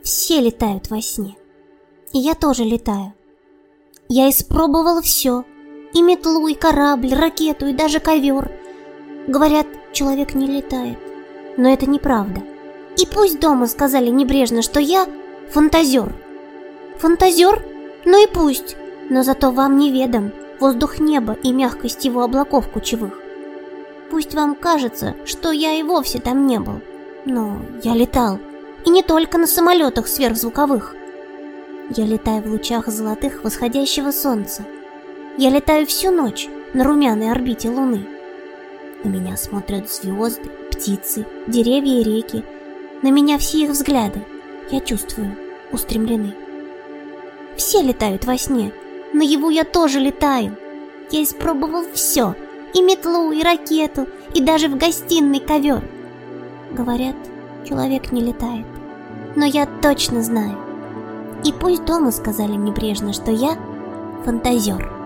Все летают во сне. И я тоже летаю. Я испробовала все. И метлу, и корабль, ракету, и даже ковер. Говорят, человек не летает. Но это неправда. И пусть дома сказали небрежно, что я фантазер. Фантазер? Ну и пусть. Но зато вам неведом воздух неба и мягкость его облаков кучевых. Пусть вам кажется, что я и вовсе там не был. Но я летал. И не только на самолетах сверхзвуковых. Я летаю в лучах золотых восходящего солнца. Я летаю всю ночь на румяной орбите Луны. На меня смотрят звезды, птицы, деревья и реки. На меня все их взгляды, я чувствую, устремлены. Все летают во сне. Наяву я тоже летаю. Я испробовал все. И метлу, и ракету, и даже в гостиной ковер. Говорят, человек не летает. Но я точно знаю. И пусть дома сказали небрежно, что я фантазер.